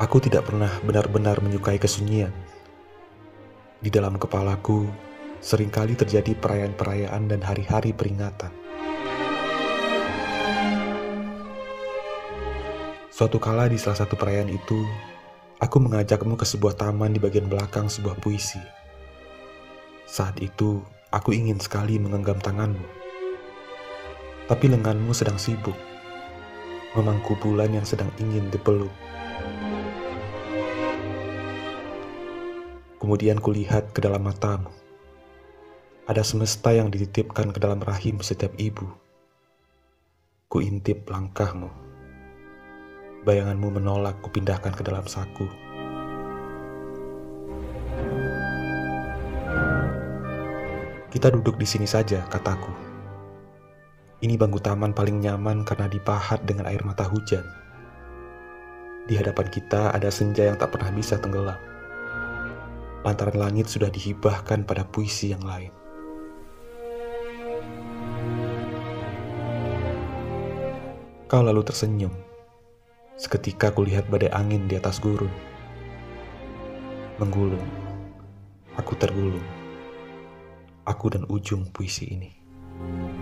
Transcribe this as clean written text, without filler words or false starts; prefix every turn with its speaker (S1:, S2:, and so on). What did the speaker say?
S1: Aku tidak pernah benar-benar menyukai kesunyian. Di dalam kepalaku, seringkali terjadi perayaan-perayaan dan hari-hari peringatan. Suatu kala di salah satu perayaan itu, aku mengajakmu ke sebuah taman di bagian belakang sebuah puisi. Saat itu, aku ingin sekali menggenggam tanganmu. Tapi lenganmu sedang sibuk, memangku bulan yang sedang ingin dipeluk. Kemudian kulihat ke dalam matamu. Ada semesta yang dititipkan ke dalam rahim setiap ibu. Kuintip langkahmu. Bayanganmu menolak kupindahkan ke dalam saku. Kita duduk di sini saja, kataku. Ini bangku taman paling nyaman karena dipahat dengan air mata hujan. Di hadapan kita ada senja yang tak pernah bisa tenggelam. Lantaran langit sudah dihibahkan pada puisi yang lain. Kau lalu tersenyum. Seketika kulihat badai angin di atas gurun. Menggulung. Aku tergulung. Aku dan ujung puisi ini.